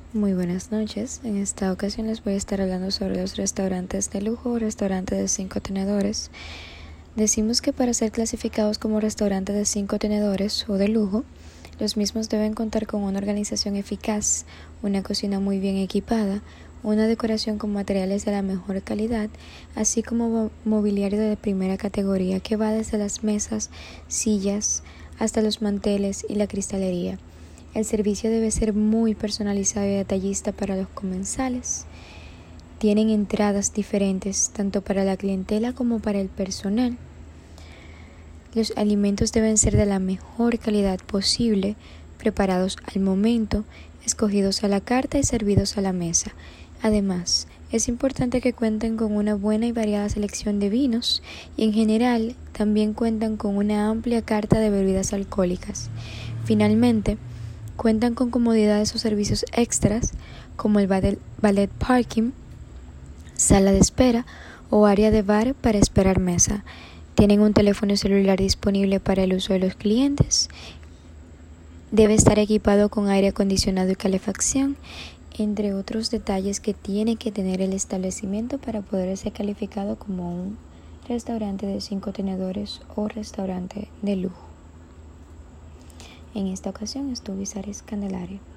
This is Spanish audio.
Muy buenas noches. En esta ocasión les voy a estar hablando sobre los restaurantes de lujo o restaurantes de 5 tenedores. Decimos que para ser clasificados como restaurantes de 5 tenedores o de lujo, los mismos deben contar con una organización eficaz, una cocina muy bien equipada, una decoración con materiales de la mejor calidad, así como mobiliario de primera categoría que va desde las mesas, sillas, hasta los manteles y la cristalería. El servicio debe ser muy personalizado y detallista para los comensales. Tienen entradas diferentes tanto para la clientela como para el personal. Los alimentos deben ser de la mejor calidad posible, preparados al momento, escogidos a la carta y servidos a la mesa. Además, es importante que cuenten con una buena y variada selección de vinos y en general también cuentan con una amplia carta de bebidas alcohólicas. Finalmente, cuentan con comodidades o servicios extras como el valet parking, sala de espera o área de bar para esperar mesa. Tienen un teléfono celular disponible para el uso de los clientes. Debe estar equipado con aire acondicionado y calefacción, entre otros detalles que tiene que tener el establecimiento para poder ser calificado como un restaurante de 5 tenedores o restaurante de lujo. En esta ocasión estuvo Isaris Candelaria.